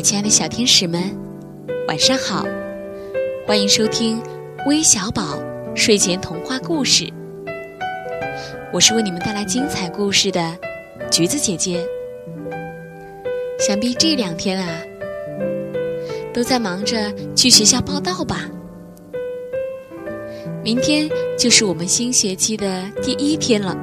亲爱的小天使们，晚上好，欢迎收听微小宝睡前童话故事。我是为你们带来精彩故事的橘子姐姐。想必这2天啊，都在忙着去学校报到吧。明天就是我们新学期的第1天了。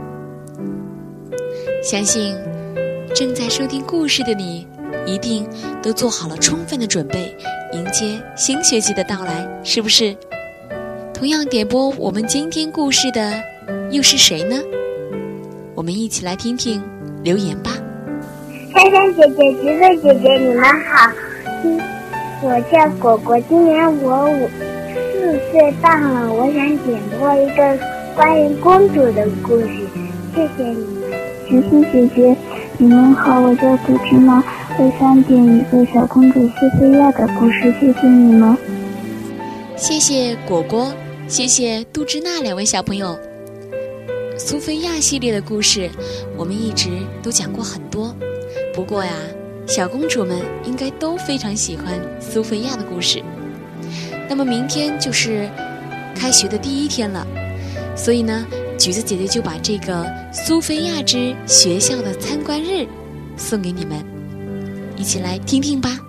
相信正在收听故事的你，一定都做好了充分的准备，迎接新学期的到来，是不是？同样点播我们今天故事的又是谁呢？我们一起来听听留言吧。 珊珊姐姐、橘子姐姐，你们好，我叫果果，今年我4岁半了，我想点播一个关于公主的故事，谢谢你们。 橘子姐姐，你们好，我叫杜芝麻，我想点一个小公主苏菲亚的故事，谢谢你们。 谢谢果果，谢谢杜芝娜2位小朋友。苏菲亚系列的故事我们一直都讲过很多，不过呀，小公主们应该都非常喜欢苏菲亚的故事。那么明天就是开学的第1天了，所以呢，橘子姐姐就把这个苏菲亚之学校的参观日送给你们，一起来听听吧。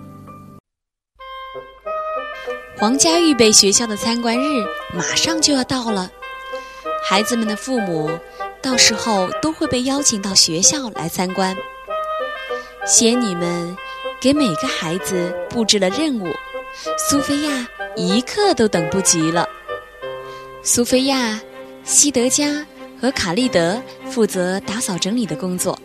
皇家预备学校的参观日马上就要到了，孩子们的父母到时候都会被邀请到学校来参观。仙女们给每个孩子布置了任务，苏菲亚一刻都等不及了。苏菲亚、西德加和卡利德负责打扫整理的工作，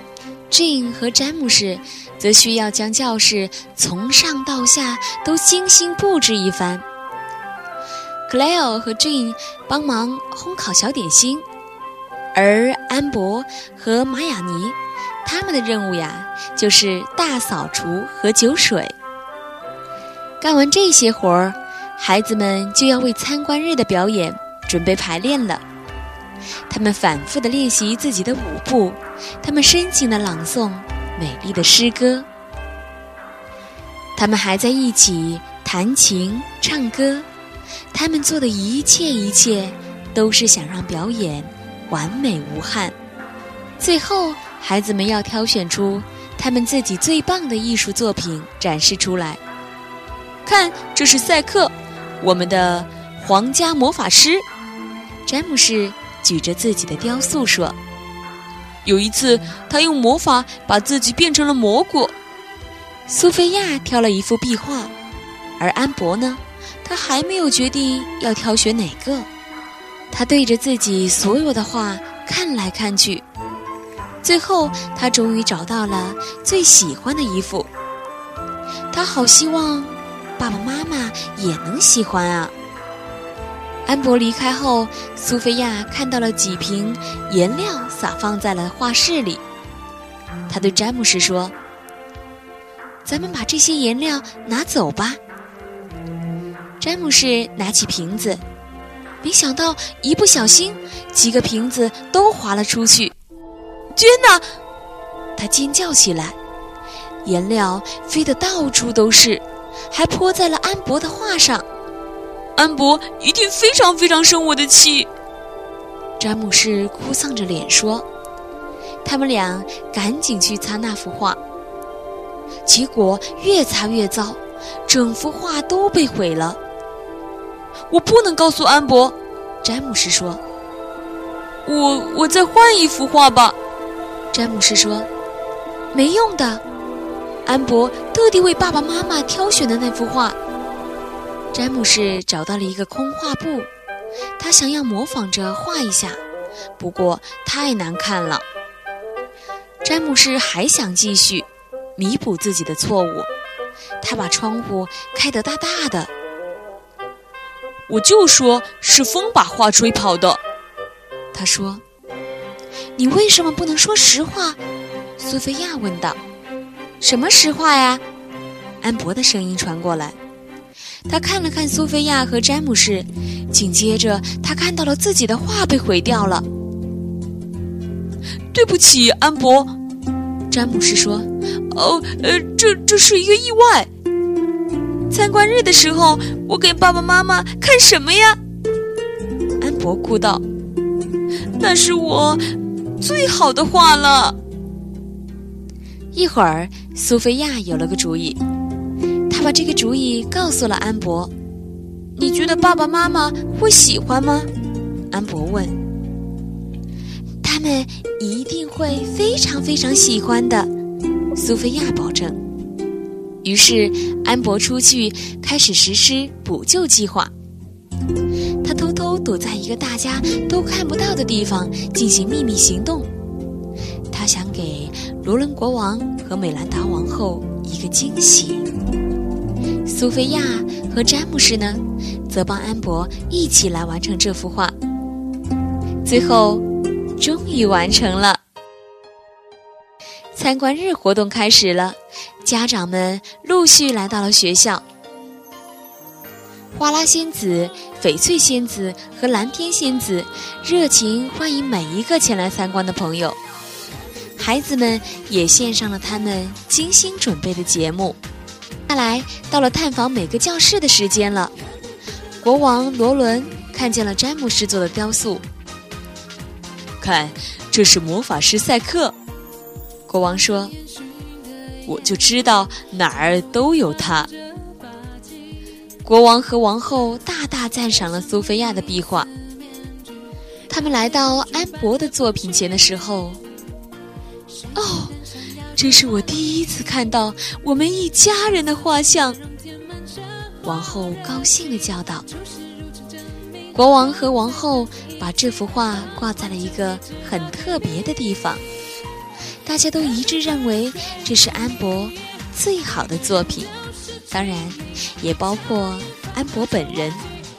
Jane 和詹姆士则需要将教室从上到下都精心布置一番。Cleo 和 Jane 帮忙烘烤小点心，而安博和玛雅尼他们的任务呀，就是大扫除和酒水。干完这些活儿，孩子们就要为参观日的表演准备排练了。他们反复地练习自己的舞步，他们深情地朗诵美丽的诗歌，他们还在一起弹琴唱歌，他们做的一切都是想让表演完美无憾。最后孩子们要挑选出他们自己最棒的艺术作品展示出来。看，这是赛克，我们的皇家魔法师。詹姆士举着自己的雕塑说，有一次他用魔法把自己变成了蘑菇。苏菲亚挑了一幅壁画，而安博呢，他还没有决定要挑选哪个。他对着自己所有的画看来看去，最后他终于找到了最喜欢的一幅。他好希望爸爸妈妈也能喜欢啊。安博离开后，苏菲亚看到了几瓶颜料洒放在了画室里。他对詹姆士说，咱们把这些颜料拿走吧。詹姆士拿起瓶子，没想到一不小心几个瓶子都滑了出去。天哪！他尖叫起来，颜料飞得到处都是，还泼在了安博的画上。安博一定非常非常生我的气，詹姆士哭丧着脸说。他们俩赶紧去擦那幅画，结果越擦越糟，整幅画都被毁了。我不能告诉安博，詹姆士说。我再换一幅画吧，詹姆士说。没用的，安博特地为爸爸妈妈挑选的那幅画。詹姆士找到了一个空画布，他想要模仿着画一下，不过太难看了。詹姆士还想继续弥补自己的错误，他把窗户开得大大的。我就说是风把画吹跑的，他说。你为什么不能说实话？苏菲亚问道。什么实话呀？安博的声音传过来。他看了看苏菲亚和詹姆士，紧接着他看到了自己的画被毁掉了。对不起，安博，詹姆士说， 这是一个意外。参观日的时候，我给爸爸妈妈看什么呀？安博哭道：那是我最好的画了。一会儿，苏菲亚有了个主意，她把这个主意告诉了安博。你觉得爸爸妈妈会喜欢吗？安博问。他们一定会非常非常喜欢的，苏菲亚保证。于是安博出去开始实施补救计划。他偷偷躲在一个大家都看不到的地方进行秘密行动。他想给罗伦国王和美兰达王后一个惊喜。苏菲亚和詹姆士呢，则帮安博一起来完成这幅画。最后终于完成了。参观日活动开始了，家长们陆续来到了学校。花拉仙子、翡翠仙子和蓝天仙子热情欢迎每一个前来参观的朋友。孩子们也献上了他们精心准备的节目。接下来到了探访每个教室的时间了。国王罗伦看见了詹姆士做的雕塑。看，这是魔法师赛克。国王说，我就知道哪儿都有他。国王和王后大大赞赏了苏菲亚的壁画。他们来到安博的作品前的时候，这是我第一次看到我们一家人的画像。王后高兴地叫道。国王和王后把这幅画挂在了一个很特别的地方，大家都一致认为这是安博最好的作品，当然也包括安博本人。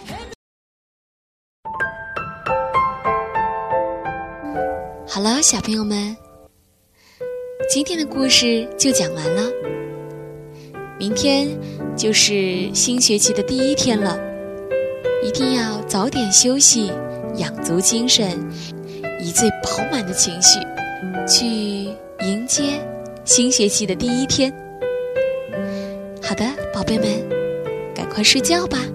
好了，小朋友们，今天的故事就讲完了。明天就是新学期的第一天了，一定要早点休息，养足精神，以最饱满的情绪去迎接新学期的第一天。好的，宝贝们，赶快睡觉吧。